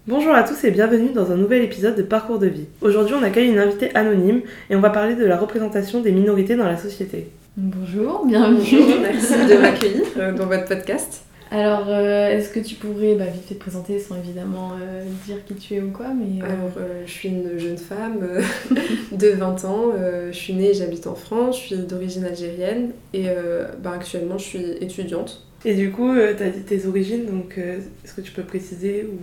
Bonjour à tous et bienvenue dans un nouvel épisode de Parcours de vie. Aujourd'hui, on accueille une invitée anonyme et on va parler de la représentation des minorités dans la société. Bonjour, bienvenue. Bonjour, merci de m'accueillir dans votre podcast. Alors, est-ce que tu pourrais vite fait te présenter sans évidemment dire qui tu es ou quoi, mais... Alors, je suis une jeune femme de 20 ans, je suis née et j'habite en France, je suis d'origine algérienne et actuellement je suis étudiante. Et du coup, t'as dit tes origines, donc est-ce que tu peux préciser ou...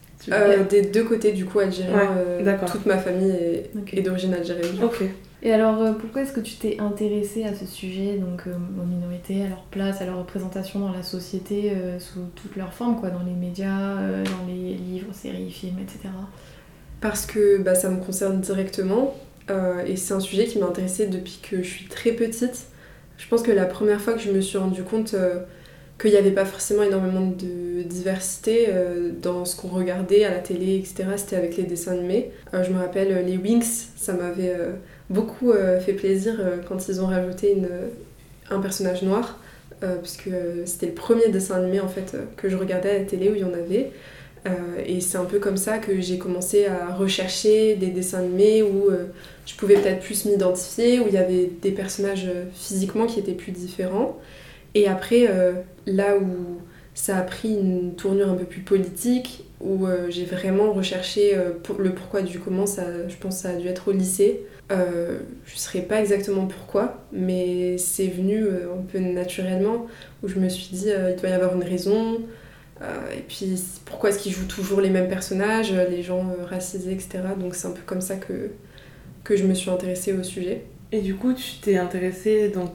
Des deux côtés du coup algériens, toute ma famille est d'origine algérienne. Ok. Et alors, pourquoi est-ce que tu t'es intéressée à ce sujet, donc aux minorités, à leur place, à leur représentation dans la société, sous toutes leurs formes, quoi, dans les médias, dans les livres, séries, films, etc. Parce que ça me concerne directement et c'est un sujet qui m'a intéressée depuis que je suis très petite. Je pense que la première fois que je me suis rendu compte qu'il n'y avait pas forcément énormément de diversité dans ce qu'on regardait à la télé, etc. C'était avec les dessins animés. Je me rappelle les Winx, ça m'avait beaucoup fait plaisir quand ils ont rajouté un personnage noir, puisque c'était le premier dessin animé en fait, que je regardais à la télé où il y en avait. Et c'est un peu comme ça que j'ai commencé à rechercher des dessins animés où je pouvais peut-être plus m'identifier, où il y avait des personnages physiquement qui étaient plus différents. Et après, là où ça a pris une tournure un peu plus politique, où j'ai vraiment recherché le pourquoi du comment, je pense que ça a dû être au lycée. Je ne saurais pas exactement pourquoi, mais c'est venu un peu naturellement, où je me suis dit il doit y avoir une raison. Et puis pourquoi est-ce qu'ils jouent toujours les mêmes personnages, les gens racisés, etc. Donc c'est un peu comme ça que je me suis intéressée au sujet. Et du coup, tu t'es intéressée dans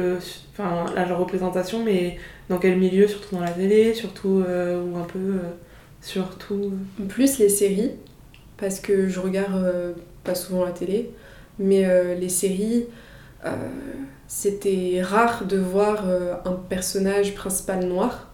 la représentation, mais dans quel milieu? Surtout dans la télé, surtout, ou un peu, surtout... Plus les séries, parce que je regarde pas souvent la télé, mais les séries, c'était rare de voir un personnage principal noir,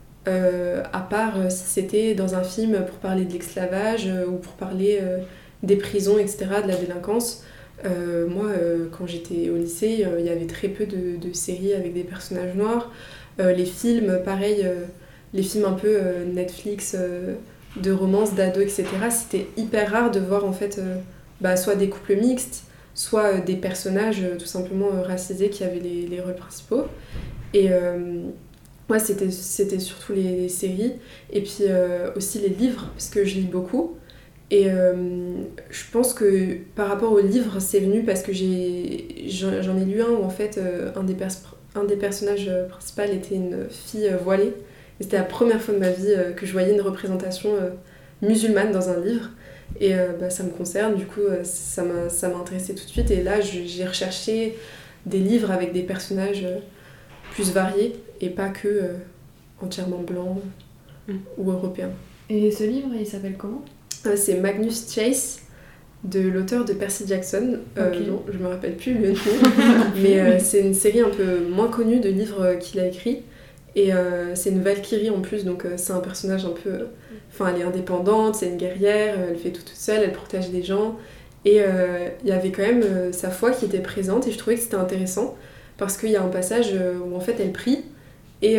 à part si c'était dans un film pour parler de l'esclavage ou pour parler des prisons, etc., de la délinquance. Moi, quand j'étais au lycée, il y avait très peu de séries avec des personnages noirs. Les films, pareil, les films un peu Netflix, de romance, d'ado, etc., c'était hyper rare de voir en fait soit des couples mixtes, soit des personnages tout simplement racisés qui avaient les rôles principaux. Et moi, c'était surtout les séries, et puis aussi les livres, parce que je lis beaucoup. Et je pense que par rapport aux livres, c'est venu parce que j'en ai lu un où en fait un des personnages principaux était une fille voilée. Et c'était la première fois de ma vie que je voyais une représentation musulmane dans un livre. Et ça me concerne, du coup ça m'a intéressée tout de suite. Et là j'ai recherché des livres avec des personnages plus variés et pas que entièrement blancs ou européens. Et ce livre, il s'appelle comment ? C'est Magnus Chase, de l'auteur de Percy Jackson. Okay. Non, je me rappelle plus le nom, mais c'est une série un peu moins connue de livres qu'il a écrit. Et c'est une Valkyrie en plus, donc c'est un personnage un peu... elle est indépendante, c'est une guerrière, elle fait tout toute seule, elle protège des gens. Et il y avait quand même sa foi qui était présente, et je trouvais que c'était intéressant, parce qu'il y a un passage où en fait elle prie, et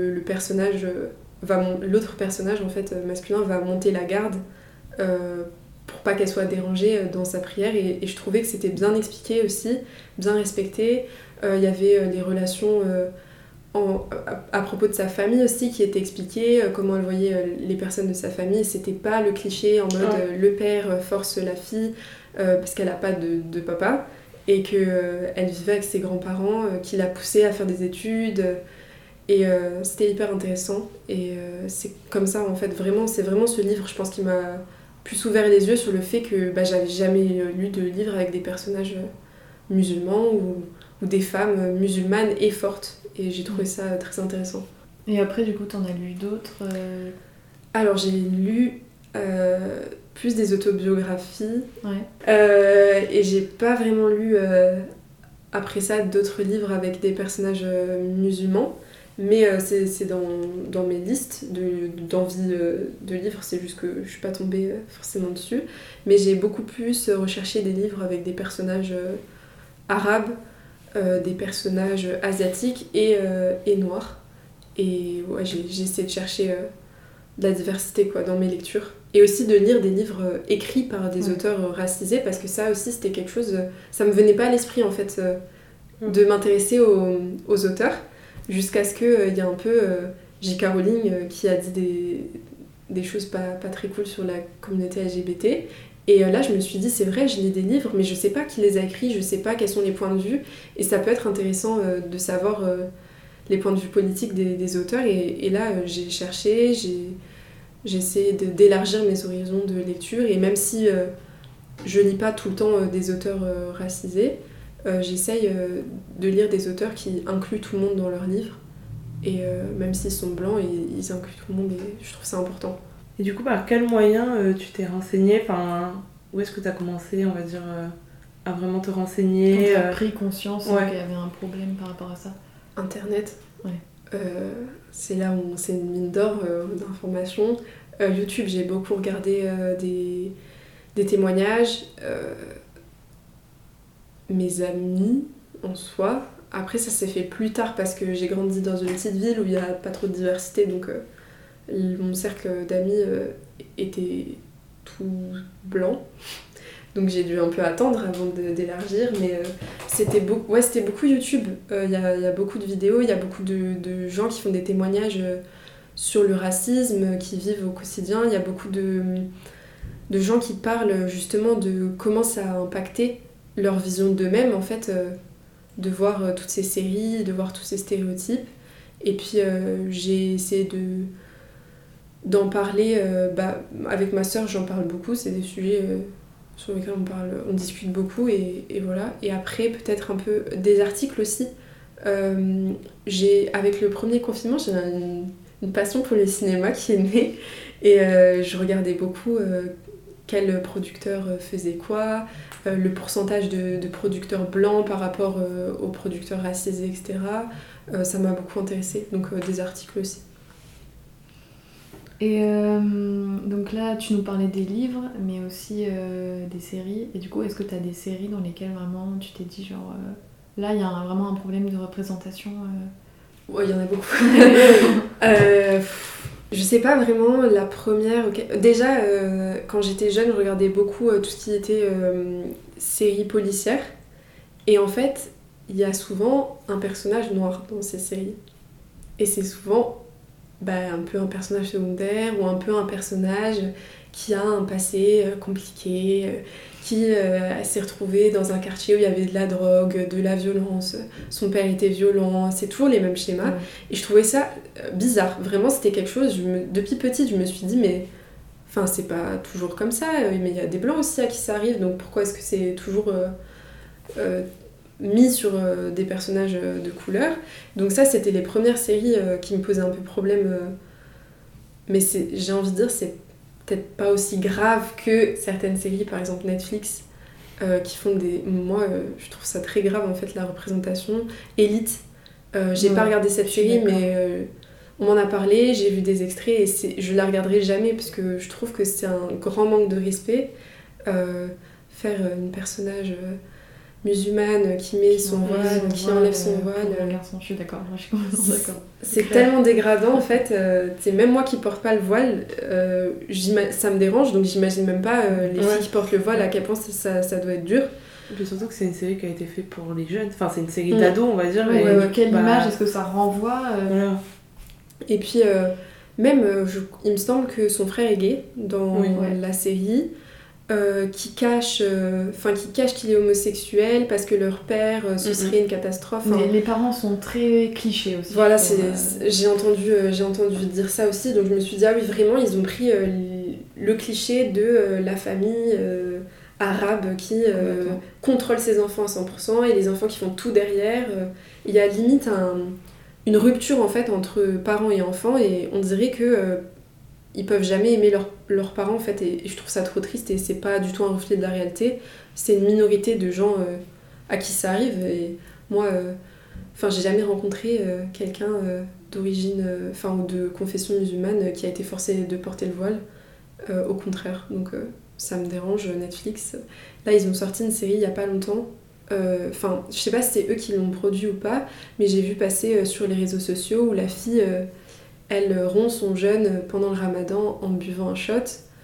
l'autre personnage en fait, masculin va monter la garde, pour pas qu'elle soit dérangée dans sa prière, et je trouvais que c'était bien expliqué aussi, bien respecté. Il y avait les relations à propos de sa famille aussi qui étaient expliquées, comment elle voyait les personnes de sa famille. C'était pas le cliché en mode le père force la fille parce qu'elle a pas de papa, et qu'elle vivait avec ses grands-parents qui l'a poussée à faire des études. Et c'était hyper intéressant, et c'est comme ça en fait, vraiment, c'est vraiment ce livre, je pense, qui m'a plus ouvert les yeux sur le fait que j'avais jamais lu de livre avec des personnages musulmans ou des femmes musulmanes et fortes, et j'ai trouvé ça très intéressant. Et après, du coup, t'en as lu d'autres Alors, j'ai lu plus des autobiographies, et j'ai pas vraiment lu après ça d'autres livres avec des personnages musulmans. Mais c'est dans mes listes d'envie de livres, c'est juste que je suis pas tombée forcément dessus. Mais j'ai beaucoup plus recherché des livres avec des personnages arabes, des personnages asiatiques et noirs. Et ouais, j'ai essayé de chercher de la diversité quoi, dans mes lectures. et aussi de lire des livres écrits par des auteurs racisés, parce que ça aussi c'était quelque chose, ça me venait pas à l'esprit en fait, de m'intéresser aux auteurs, jusqu'à ce qu'il y ait un peu J.K. Rowling qui a dit des choses pas très cool sur la communauté LGBT. Et là, je me suis dit, c'est vrai, je lis des livres, mais je sais pas qui les a écrits, je sais pas quels sont les points de vue, et ça peut être intéressant de savoir les points de vue politiques des auteurs. Et là, j'ai cherché, j'ai essayé d'élargir mes horizons de lecture, et même si je lis pas tout le temps des auteurs racisés, j'essaye de lire des auteurs qui incluent tout le monde dans leurs livres, et même s'ils sont blancs, ils incluent tout le monde, et je trouve ça important. Et du coup, par quel moyen tu t'es renseignée, enfin, où est-ce que tu as commencé, on va dire, à vraiment te renseigner? Quand tu as pris conscience qu'il y avait un problème par rapport à ça? Internet. Ouais. C'est là où c'est une mine d'or d'informations. YouTube, j'ai beaucoup regardé des témoignages. Mes amis, en soi. Après, ça s'est fait plus tard parce que j'ai grandi dans une petite ville où il n'y a pas trop de diversité, donc mon cercle d'amis était tout blanc. Donc j'ai dû un peu attendre avant d'élargir, mais c'était beaucoup YouTube. Il y a beaucoup de vidéos, il y a beaucoup de gens qui font des témoignages sur le racisme, qui vivent au quotidien. Il y a beaucoup de gens qui parlent justement de comment ça a impacté leur vision d'eux-mêmes, en fait, de voir toutes ces séries, de voir tous ces stéréotypes. Et puis j'ai essayé d'en parler avec ma sœur, j'en parle beaucoup, c'est des sujets sur lesquels on discute beaucoup, et voilà. Et après, peut-être un peu des articles aussi. Avec le premier confinement, j'ai une passion pour le cinéma qui est née, et je regardais beaucoup quel producteur faisait quoi, le pourcentage de producteurs blancs par rapport aux producteurs racisés, etc. Ça m'a beaucoup intéressée, donc des articles aussi. Et donc là, tu nous parlais des livres, mais aussi des séries. Et du coup, est-ce que tu as des séries dans lesquelles vraiment tu t'es dit, genre, là, il y a vraiment un problème de représentation Ouais, il y en a beaucoup. Je sais pas vraiment la première. Okay. Déjà, quand j'étais jeune, je regardais beaucoup tout ce qui était séries policières. Et en fait, il y a souvent un personnage noir dans ces séries. Et c'est souvent un peu un personnage secondaire, ou un peu un personnage qui a un passé compliqué, qui s'est retrouvé dans un quartier où il y avait de la drogue, de la violence, son père était violent, c'est toujours les mêmes schémas. Ouais. Et je trouvais ça bizarre, vraiment c'était quelque chose, depuis petite je me suis dit mais enfin c'est pas toujours comme ça, mais il y a des blancs aussi à qui ça arrive, donc pourquoi est-ce que c'est toujours mis sur des personnages de couleur. Donc ça c'était les premières séries qui me posaient un peu problème, mais j'ai envie de dire c'est peut-être pas aussi grave que certaines séries, par exemple Netflix, qui font moi je trouve ça très grave en fait, la représentation. Elite, j'ai pas regardé cette série, mais on m'en a parlé, j'ai vu des extraits, et je la regarderai jamais parce que je trouve que c'est un grand manque de respect. Faire une personnage musulmane qui met son voile, qui enlève son voile. Je suis d'accord, je suis complètement d'accord. C'est tellement dégradant en fait. Même moi qui porte pas le voile, ça me dérange, donc j'imagine même pas les filles qui portent le voile, à quel point ça doit être dur. Et puis surtout que c'est une série qui a été faite pour les jeunes, enfin c'est une série d'ados on va dire. Quelle image est-ce que ça renvoie Voilà. Et puis même, il me semble que son frère est gay dans la série. Qui cache qu'il est homosexuel parce que leur père ce serait une catastrophe. Les parents sont très clichés aussi. Voilà, j'ai entendu dire ça aussi, donc je me suis dit ah oui vraiment ils ont pris le cliché de la famille arabe qui contrôle ses enfants à 100% et les enfants qui font tout derrière. Il y a limite une rupture en fait entre parents et enfants, et on dirait que ils peuvent jamais aimer leurs parents en fait, et je trouve ça trop triste, et c'est pas du tout un reflet de la réalité. C'est une minorité de gens à qui ça arrive, et moi j'ai jamais rencontré quelqu'un d'origine ou de confession musulmane qui a été forcé de porter le voile, au contraire, donc ça me dérange. Netflix, là ils ont sorti une série il y a pas longtemps, je sais pas si c'est eux qui l'ont produit ou pas, mais j'ai vu passer sur les réseaux sociaux où la fille elle rompt son jeûne pendant le ramadan en buvant un shot.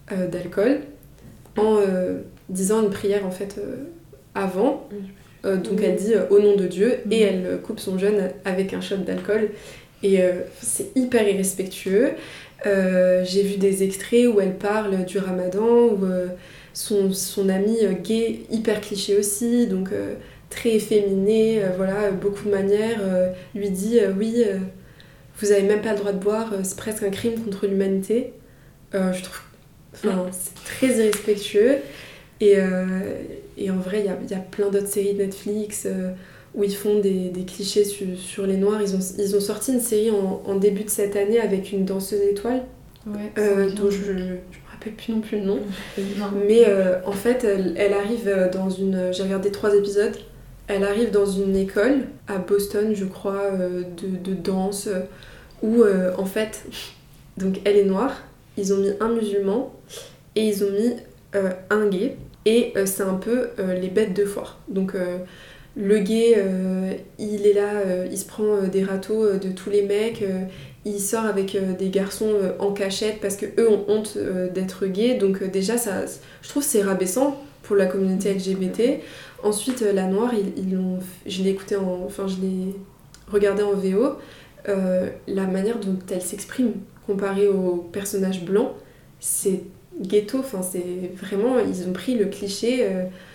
d'alcool en disant une prière en fait avant. Donc elle dit au nom de Dieu et elle coupe son jeûne avec un shot d'alcool. Et c'est hyper irrespectueux. J'ai vu des extraits où elle parle du ramadan, où son ami gay, hyper cliché aussi, donc très efféminé, voilà, beaucoup de manières, lui dit oui, vous avez même pas le droit de boire, c'est presque un crime contre l'humanité. Je trouve c'est très irrespectueux. Et en vrai, il y a plein d'autres séries de Netflix où ils font des clichés sur les noirs. Ils ont sorti une série en début de cette année avec une danseuse étoile, dont je me rappelle plus non plus le nom. Mais en fait, elle arrive dans une... J'ai regardé 3 épisodes. Elle arrive dans une école à Boston, je crois, de danse, où en fait, donc elle est noire, ils ont mis un musulman et ils ont mis un gay. Et c'est un peu les bêtes de foire. Donc le gay, il est là, il se prend des râteaux de tous les mecs, il sort avec des garçons en cachette parce que eux ont honte d'être gays. Donc déjà, ça, je trouve c'est rabaissant pour la communauté LGBT. Ensuite, la noire, je l'ai écouté je l'ai regardé en VO. La manière dont elle s'exprime comparée au personnage blanc, c'est ghetto, c'est vraiment, ils ont pris le cliché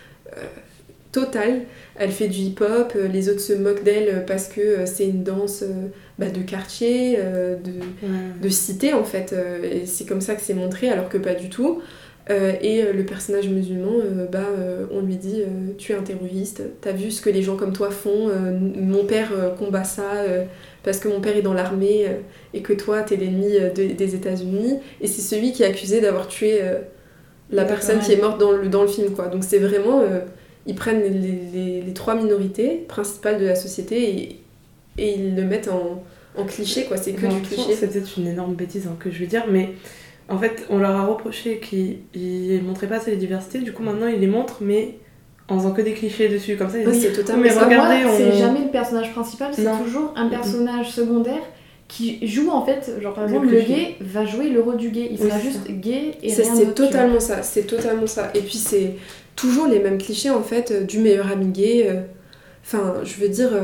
total. Elle fait du hip-hop, les autres se moquent d'elle parce que c'est une danse de quartier, de cité en fait, et c'est comme ça que c'est montré alors que pas du tout. Et le personnage musulman, on lui dit tu es un terroriste, t'as vu ce que les gens comme toi font, mon père combat ça parce que mon père est dans l'armée et que toi t'es l'ennemi des États-Unis, et c'est celui qui est accusé d'avoir tué la personne qui est morte dans le film, quoi. Donc c'est vraiment ils prennent les 3 minorités principales de la société et ils le mettent en cliché, quoi. C'est que du cliché. C'est peut-être une énorme bêtise que je vais dire, mais en fait on leur a reproché qu'ils ne montraient pas assez les diversités, du coup maintenant ils les montrent, mais en faisant que des clichés dessus, comme ça. Oui, c'est totalement. Mais regardez, c'est jamais le personnage principal, c'est toujours un personnage secondaire qui joue en fait, genre par exemple le gay va jouer le rôle du gay, il sera juste gay et rien d'autre. C'est totalement ça. Et puis c'est toujours les mêmes clichés en fait, du meilleur ami gay. Je veux dire,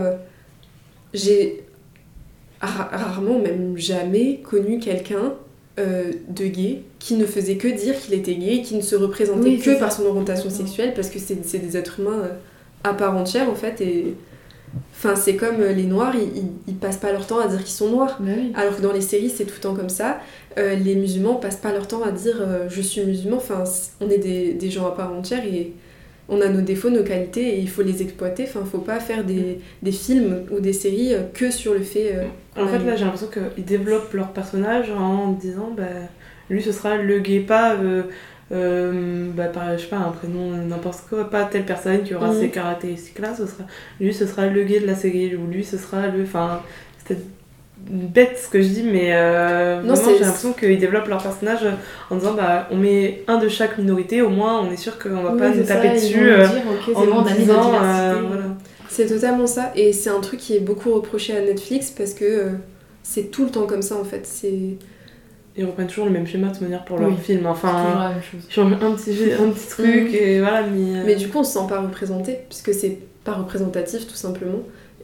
j'ai rarement, même jamais connu quelqu'un de gay qui ne faisait que dire qu'il était gay, qui ne se représentait que par son orientation sexuelle, parce que c'est des êtres humains à part entière en fait. Et c'est comme les noirs, ils passent pas leur temps à dire qu'ils sont noirs, alors que dans les séries c'est tout le temps comme ça. Les musulmans passent pas leur temps à dire je suis musulman. On est des gens à part entière et on a nos défauts, nos qualités, et il faut les exploiter. Faut pas faire des films ou des séries que sur le fait... en fait là j'ai l'impression qu'ils développent leur personnage en disant lui ce sera le gay, pas je sais pas, un prénom n'importe quoi, pas telle personne qui aura ces caractéristiques là, ce sera le gay de la série, ou lui ce sera le... c'est bête ce que je dis, mais vraiment j'ai l'impression qu'ils développent leur personnage en disant on met un de chaque minorité, au moins on est sûr qu'on va pas nous taper dessus en disant voilà. C'est totalement ça, et c'est un truc qui est beaucoup reproché à Netflix parce que c'est tout le temps comme ça en fait. Ils reprennent toujours le même schéma de toute manière pour leur film, c'est toujours la même chose. Ils changent un petit truc et voilà, mais du coup on se sent pas représenté puisque c'est pas représentatif tout simplement.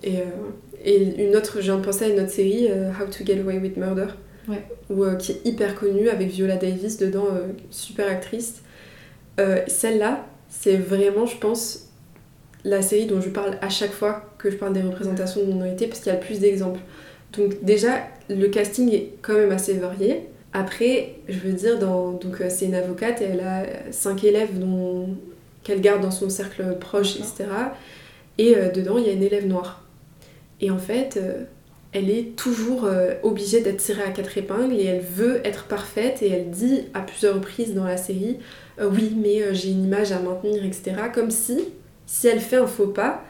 Et une autre, je viens de penser à une autre série, How to Get Away with Murder, qui est hyper connue, avec Viola Davis dedans, super actrice. Celle-là, c'est vraiment, je pense, la série dont je parle à chaque fois que je parle des représentations de minorité, parce qu'il y a le plus d'exemples. Donc déjà, le casting est quand même assez varié. Après, je veux dire, c'est une avocate et elle a 5 élèves qu'elle garde dans son cercle proche, etc. Et dedans, il y a une élève noire. Et en fait, elle est toujours obligée d'être tirée à 4 épingles et elle veut être parfaite, et elle dit à plusieurs reprises dans la série oui, mais j'ai une image à maintenir, etc. Comme si elle fait un faux pas,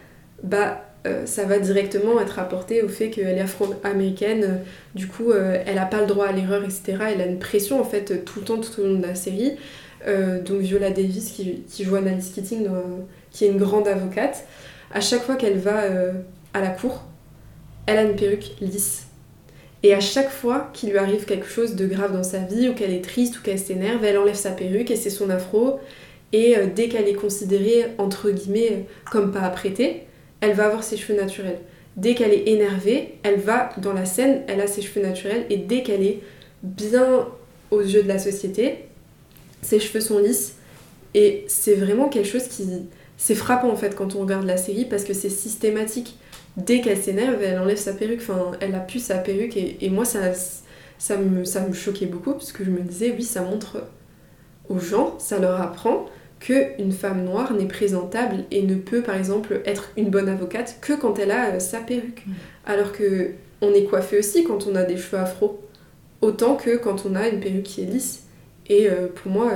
ça va directement être rapporté au fait qu'elle est afro-américaine, du coup elle n'a pas le droit à l'erreur, etc. Elle a une pression en fait tout le temps, tout au long de la série. Donc Viola Davis qui joue Annalise Keating, qui est une grande avocate, à chaque fois qu'elle va à la cour, elle a une perruque lisse. Et à chaque fois qu'il lui arrive quelque chose de grave dans sa vie, ou qu'elle est triste, ou qu'elle s'énerve, elle enlève sa perruque et c'est son afro. Et dès qu'elle est considérée, entre guillemets, comme pas apprêtée, elle va avoir ses cheveux naturels. Dès qu'elle est énervée, elle va dans la scène, elle a ses cheveux naturels. Et dès qu'elle est bien aux yeux de la société, ses cheveux sont lisses. Et c'est vraiment quelque chose qui... C'est frappant en fait quand on regarde la série parce que c'est systématique. Dès qu'elle s'énerve, elle enlève sa perruque. Enfin, elle a plus sa perruque. Et moi, ça me choquait beaucoup parce que je me disais, oui, ça montre aux gens, ça leur apprend qu'une femme noire n'est présentable et ne peut par exemple être une bonne avocate que quand elle a sa perruque. Alors que on est coiffé aussi quand on a des cheveux afro, autant que quand on a une perruque qui est lisse. Et pour moi,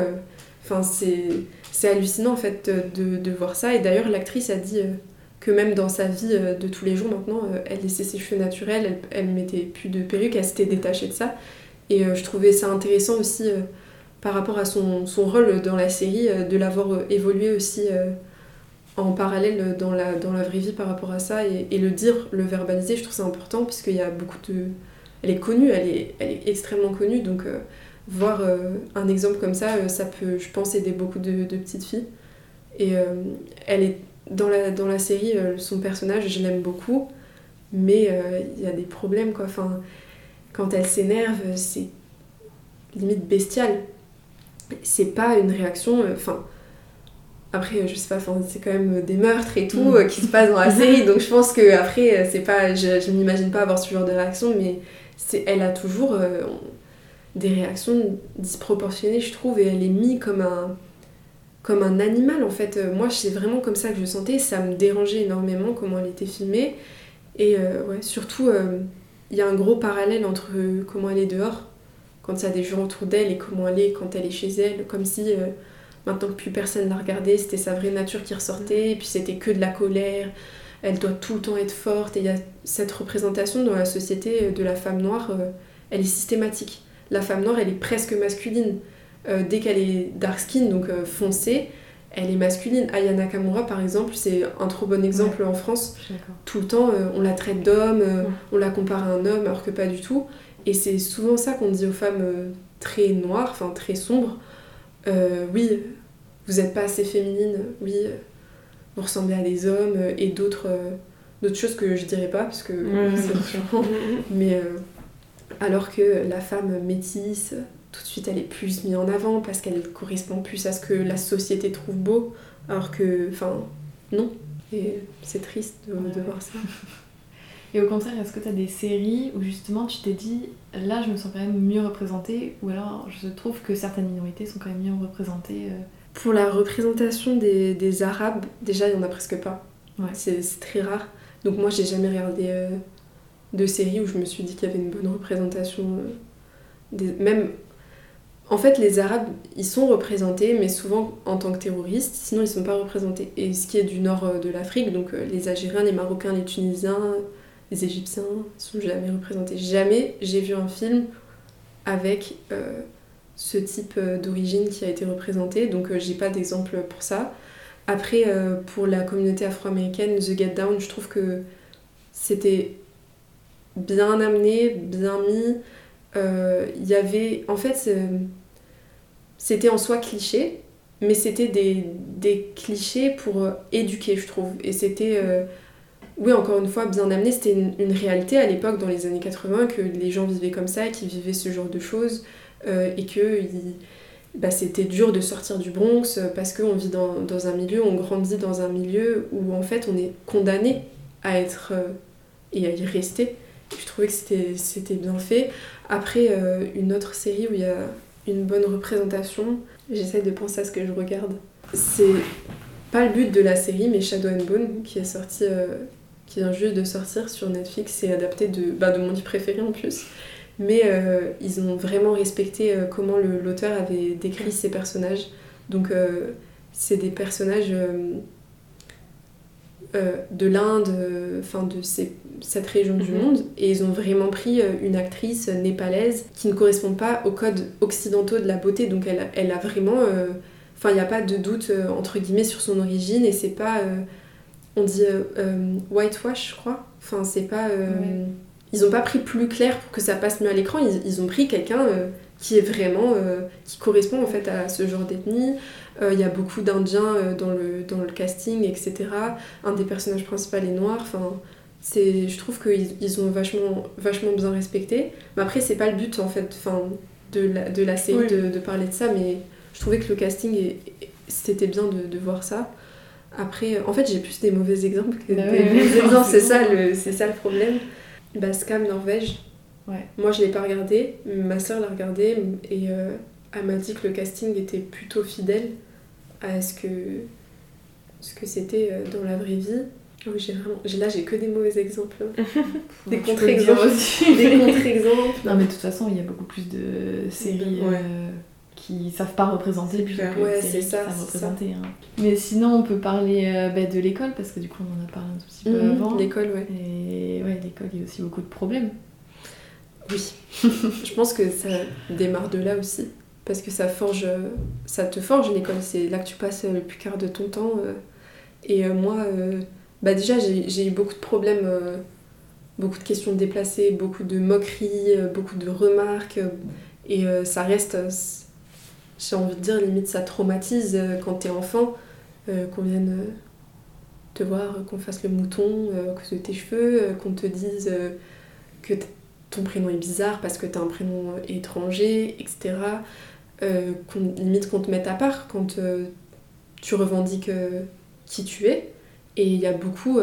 c'est hallucinant en fait de voir ça. Et d'ailleurs l'actrice a dit que même dans sa vie de tous les jours maintenant, elle laissait ses cheveux naturels, elle mettait plus de perruque, elle s'était détachée de ça. Et je trouvais ça intéressant aussi par rapport à son rôle dans la série, de l'avoir évolué aussi en parallèle dans la vraie vie par rapport à ça, et le dire, le verbaliser, je trouve ça important, parce qu'il y a beaucoup de... Elle est connue, elle est extrêmement connue, donc voir un exemple comme ça, ça peut, je pense, aider beaucoup de petites filles. Et elle est dans la série, son personnage, je l'aime beaucoup, mais il y a des problèmes, quoi. Enfin, quand elle s'énerve, c'est limite bestial. C'est pas une réaction... après, je sais pas, c'est quand même des meurtres et tout qui se passent dans la série, donc je pense que après c'est pas... Je m'imagine pas avoir ce genre de réaction, mais elle a toujours des réactions disproportionnées, je trouve, et elle est mise comme un animal, en fait. Moi, c'est vraiment comme ça que je sentais, ça me dérangeait énormément comment elle était filmée, et ouais, surtout, il y a un gros parallèle entre comment elle est dehors, quand il y a des gens autour d'elle, et comment elle est quand elle est chez elle, comme si maintenant que plus personne la regardait, c'était sa vraie nature qui ressortait, et puis c'était que de la colère, elle doit tout le temps être forte, et il y a cette représentation dans la société de la femme noire, elle est systématique. La femme noire, elle est presque masculine. Dès qu'elle est dark skin, donc foncée, elle est masculine. Aya Nakamura, par exemple, c'est un trop bon exemple en France. Tout le temps, on la traite d'homme, on la compare à un homme, alors que pas du tout. Et c'est souvent ça qu'on dit aux femmes très noires, enfin très sombres. Oui, vous n'êtes pas assez féminine, oui, vous ressemblez à des hommes, et d'autres choses que je dirais pas, parce que c'est différent. Mais alors que la femme métisse, tout de suite elle est plus mise en avant, parce qu'elle correspond plus à ce que la société trouve beau, alors que, non. Et c'est triste de voir ça. Et au contraire, est-ce que tu as des séries où justement tu t'es dit, là je me sens quand même mieux représentée, ou alors je trouve que certaines minorités sont quand même mieux représentées Pour la représentation des Arabes, déjà il n'y en a presque pas. Ouais. C'est très rare. Donc moi j'ai jamais regardé de séries où je me suis dit qu'il y avait une bonne représentation. Même... En fait, les Arabes, ils sont représentés, mais souvent en tant que terroristes, sinon ils ne sont pas représentés. Et ce qui est du nord de l'Afrique, donc les Algériens, les Marocains, les Tunisiens, les Égyptiens, ils sont jamais représentés. Jamais j'ai vu un film avec ce type d'origine qui a été représenté, donc j'ai pas d'exemple pour ça. Après, pour la communauté afro-américaine, The Get Down, je trouve que c'était bien amené, bien mis. Il y avait... En fait, c'était en soi cliché, mais c'était des clichés pour éduquer, je trouve. Et c'était... oui, encore une fois, bien amené. C'était une réalité à l'époque, dans les années 80, que les gens vivaient comme ça, qu'ils vivaient ce genre de choses, et que c'était dur de sortir du Bronx, parce qu'on vit dans un milieu, on grandit dans un milieu où en fait on est condamné à être et à y rester. Je trouvais que c'était bien fait. Après, une autre série où il y a une bonne représentation, j'essaie de penser à ce que je regarde. C'est pas le but de la série, mais Shadow and Bone, qui est sorti, qui vient juste de sortir sur Netflix, c'est adapté de mon livre préféré en plus. Mais ils ont vraiment respecté comment l'auteur avait décrit ses personnages. Donc c'est des personnages de l'Inde, de cette région du monde, et ils ont vraiment pris une actrice népalaise qui ne correspond pas aux codes occidentaux de la beauté, donc elle a vraiment... il n'y a pas de doute, entre guillemets, sur son origine, et c'est pas... on dit whitewash, je crois. C'est pas... ils ont pas pris plus clair pour que ça passe mieux à l'écran, ils ont pris quelqu'un qui est vraiment qui correspond en fait à ce genre d'ethnie. Il y a beaucoup d'Indiens dans le casting, etc. Un des personnages principaux est noir. Enfin, je trouve qu'ils ont vachement bien respecté. Mais après, c'est pas le but en fait, de la série de parler de ça, mais je trouvais que le casting c'était bien de voir ça. Après, en fait, j'ai plus des mauvais exemples que des bons exemples, c'est ça le problème. Scam Norvège. Ouais. Moi, je l'ai pas regardé, ma soeur l'a regardé et elle m'a dit que le casting était plutôt fidèle à ce que c'était dans la vraie vie. Oui, j'ai que des mauvais exemples. Des contre-exemples. Des contre-exemples. Non, mais de toute façon, il y a beaucoup plus de séries qui savent pas représenter plutôt que des séries qui savent représenter. Hein. Mais sinon, on peut parler de l'école, parce que du coup, on en a parlé un tout petit peu avant. L'école, ouais. Et l'école, il y a aussi beaucoup de problèmes. Oui. Je pense que ça démarre de là aussi. Parce que ça te forge l'école. C'est là que tu passes le plus quart de ton temps. Et moi... déjà, j'ai eu beaucoup de problèmes, beaucoup de questions déplacées, beaucoup de moqueries, beaucoup de remarques. Et ça reste, j'ai envie de dire, limite ça traumatise quand t'es enfant, qu'on vienne te voir, qu'on fasse le mouton à cause de tes cheveux, qu'on te dise que ton prénom est bizarre parce que t'as un prénom étranger, etc. Limite qu'on te mette à part quand tu revendiques qui tu es. Et il y a beaucoup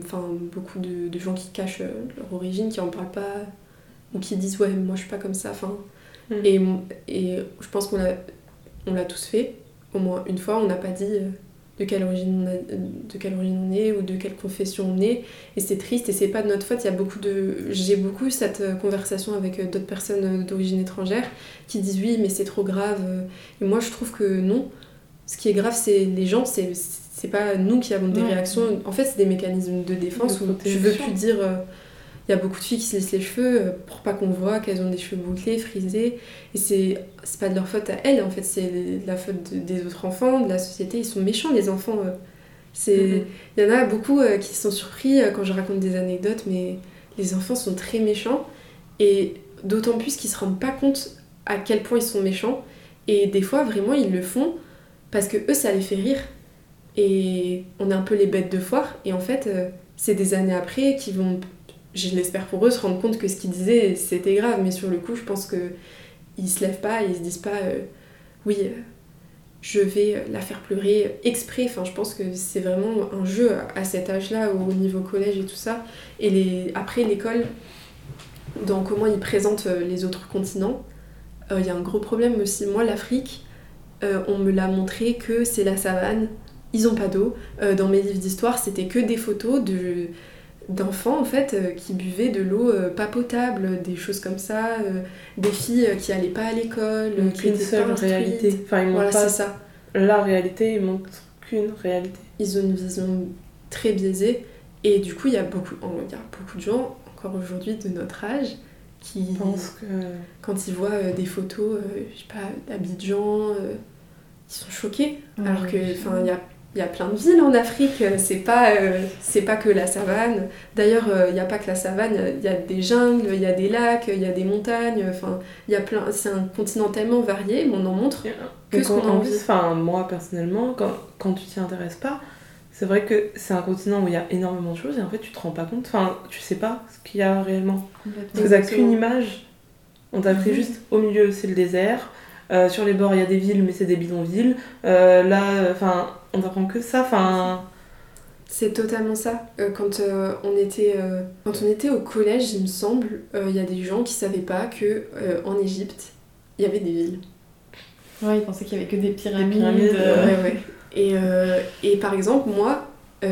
de gens qui cachent leur origine, qui en parlent pas, ou qui disent ouais, moi je suis pas comme ça. Et je pense qu'on l'a tous fait, au moins une fois. On n'a pas dit de quelle origine on est ou de quelle confession on est. Et c'est triste et c'est pas de notre faute. J'ai beaucoup cette conversation avec d'autres personnes d'origine étrangère qui disent oui, mais c'est trop grave. Et moi je trouve que non. Ce qui est grave, c'est les gens, c'est pas nous qui avons des réactions. En fait, c'est des mécanismes de défense où tu veux plus dire. Il y a beaucoup de filles qui se laissent les cheveux pour pas qu'on voit qu'elles ont des cheveux bouclés, frisés. Et c'est pas de leur faute à elles, en fait, c'est de la faute des autres enfants, de la société. Ils sont méchants, les enfants. Il y en a beaucoup qui sont surpris quand je raconte des anecdotes, mais les enfants sont très méchants. Et d'autant plus qu'ils se rendent pas compte à quel point ils sont méchants. Et des fois, vraiment, ils le font parce que eux, ça les fait rire. Et on est un peu les bêtes de foire. Et en fait, c'est des années après qu'ils vont, je l'espère pour eux, se rendre compte que ce qu'ils disaient, c'était grave. Mais sur le coup, je pense qu'ils se lèvent pas, ils se disent pas je vais la faire pleurer exprès. Enfin, je pense que c'est vraiment un jeu à cet âge-là, au niveau collège et tout ça. Et après, l'école, dans comment ils présentent les autres continents, il y a un gros problème aussi. Moi, l'Afrique, on me l'a montré que c'est la savane, ils ont pas d'eau. Dans mes livres d'histoire, c'était que des photos d'enfants en fait qui buvaient de l'eau pas potable, des choses comme ça, des filles qui allaient pas à l'école, qui étaient pas instruites. Réalité. Enfin, ils montrent c'est ça. La réalité, ils montrent qu'une réalité. Ils ont une vision très biaisée et du coup il y a beaucoup de gens encore aujourd'hui de notre âge qui pensent que quand ils voient des photos je sais pas d'Abidjan, ils sont choqués alors que il y a plein de villes en Afrique, c'est pas que la savane. D'ailleurs, il n'y a pas que la savane, il y a des jungles, il y a des lacs, il y a des montagnes, il y a plein, c'est un continent tellement varié, mais on en montre que ce qu'on a envie. Moi, personnellement, quand tu t'y intéresses pas, c'est vrai que c'est un continent où il y a énormément de choses et en fait, tu te rends pas compte, tu sais pas ce qu'il y a réellement. Parce que t'as qu'une image, on t'a pris juste au milieu, c'est le désert. Sur les bords, il y a des villes, mais c'est des bidonvilles. On n'apprend que ça. C'est totalement ça. Quand on était au collège, il me semble, il y a des gens qui savaient pas que en Égypte, il y avait des villes. Ouais, ils pensaient qu'il y avait que des pyramides. Ouais. Et par exemple, moi,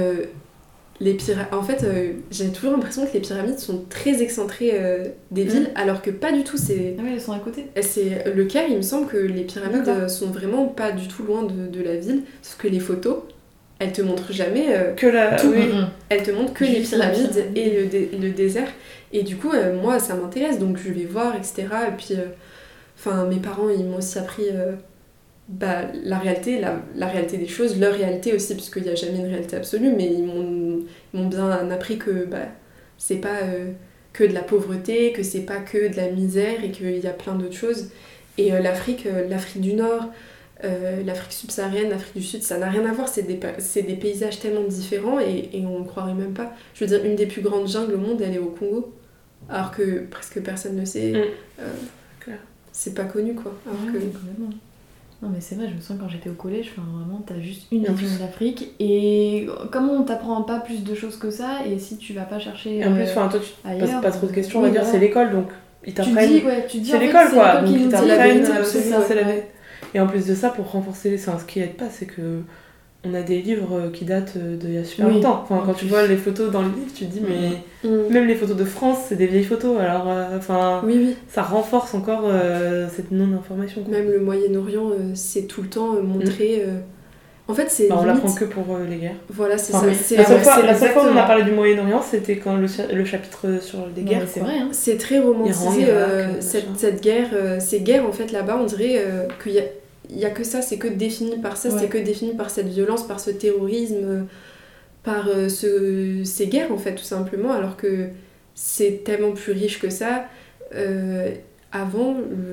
en fait, j'ai toujours l'impression que les pyramides sont très excentrées des villes, alors que pas du tout. Ah oui, elles sont à côté. C'est le Caire, il me semble que les pyramides sont vraiment pas du tout loin de la ville, sauf que les photos, elles te montrent jamais tout. Elles te montrent que les pyramides et le désert. Et du coup, moi, ça m'intéresse, donc je vais voir, etc. Et puis, mes parents, ils m'ont aussi appris... la réalité des choses, leur réalité aussi, puisqu'il n'y a jamais une réalité absolue, mais ils m'ont bien appris que c'est pas que de la pauvreté, que c'est pas que de la misère et qu'il y a plein d'autres choses. Et l'Afrique du Nord, l'Afrique subsaharienne, l'Afrique du Sud, ça n'a rien à voir, c'est des paysages tellement différents et on ne croirait même pas. Je veux dire, une des plus grandes jungles au monde, elle est au Congo, alors que presque personne ne sait. C'est pas connu, quoi. Alors que... complètement. Non mais c'est vrai, je me souviens quand j'étais au collège, vraiment t'as juste une vision de l'Afrique et comment on t'apprend pas plus de choses que ça et si tu vas pas chercher et en plus, toi tu ailleurs, poses pas trop de questions, on va dire c'est l'école donc ils t'apprennent. Tu dis c'est l'école quoi, donc ils t'apprennent, c'est la vérité. Et en plus de ça, pour renforcer, ce qui aide pas, c'est que on a des livres qui datent d'il y a super longtemps. Enfin, quand tu vois les photos dans le livre, tu te dis, mais même les photos de France, c'est des vieilles photos. Alors, ça renforce encore cette non-information. Quoi. Même le Moyen-Orient, c'est tout le temps montré. En fait, c'est. On l'apprend que pour les guerres. Voilà, c'est ça. La seule fois où on a parlé du Moyen-Orient, c'était quand le chapitre sur les guerres. C'est vrai. Hein. C'est très romantisé, cette guerre. Ces guerres, en fait, là-bas, on dirait qu'il y a que ça, c'est que défini par ça, c'est que défini par cette violence, par ce terrorisme, par ces guerres, en fait, tout simplement, alors que c'est tellement plus riche que ça. Avant,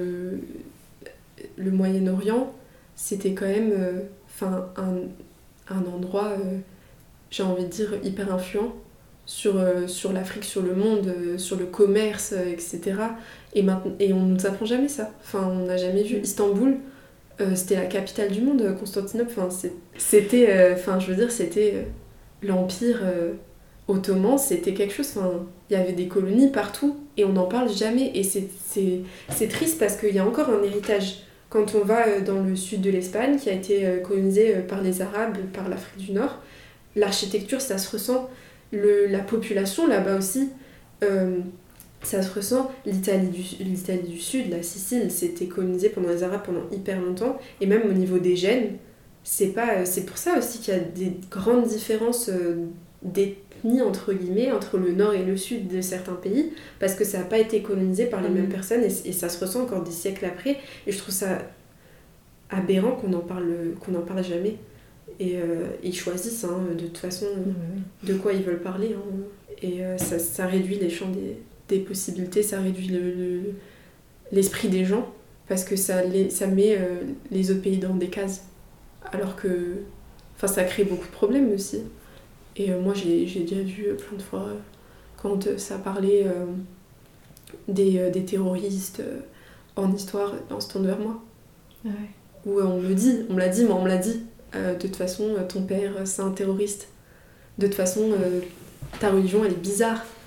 le Moyen-Orient, c'était quand même un endroit, j'ai envie de dire, hyper influent sur l'Afrique, sur le monde, sur le commerce, etc. Et on ne nous apprend jamais ça. Enfin, on n'a jamais vu Istanbul. C'était la capitale du monde, Constantinople. C'était l'empire ottoman, c'était quelque chose. Il y avait des colonies partout et on n'en parle jamais. Et c'est triste parce qu'il y a encore un héritage. Quand on va dans le sud de l'Espagne, qui a été colonisé par les Arabes, par l'Afrique du Nord, l'architecture, ça se ressent. La population là-bas aussi. Ça se ressent. L'Italie du Sud, la Sicile, c'était colonisé pendant les Arabes pendant hyper longtemps. Et même au niveau des gènes, c'est pour ça aussi qu'il y a des grandes différences d'ethnie, entre guillemets, entre le nord et le sud de certains pays, parce que ça n'a pas été colonisé par les mêmes personnes et ça se ressent encore des siècles après. Et je trouve ça aberrant qu'on n'en parle jamais. Et ils choisissent, de toute façon, de quoi ils veulent parler. Et ça réduit les champs des possibilités, ça réduit l'esprit des gens parce que ça met les autres pays dans des cases alors que ça crée beaucoup de problèmes aussi et moi j'ai déjà vu plein de fois quand ça parlait des terroristes en histoire, on se tourne vers moi où on me l'a dit de toute façon ton père c'est un terroriste, de toute façon ta religion elle est bizarre.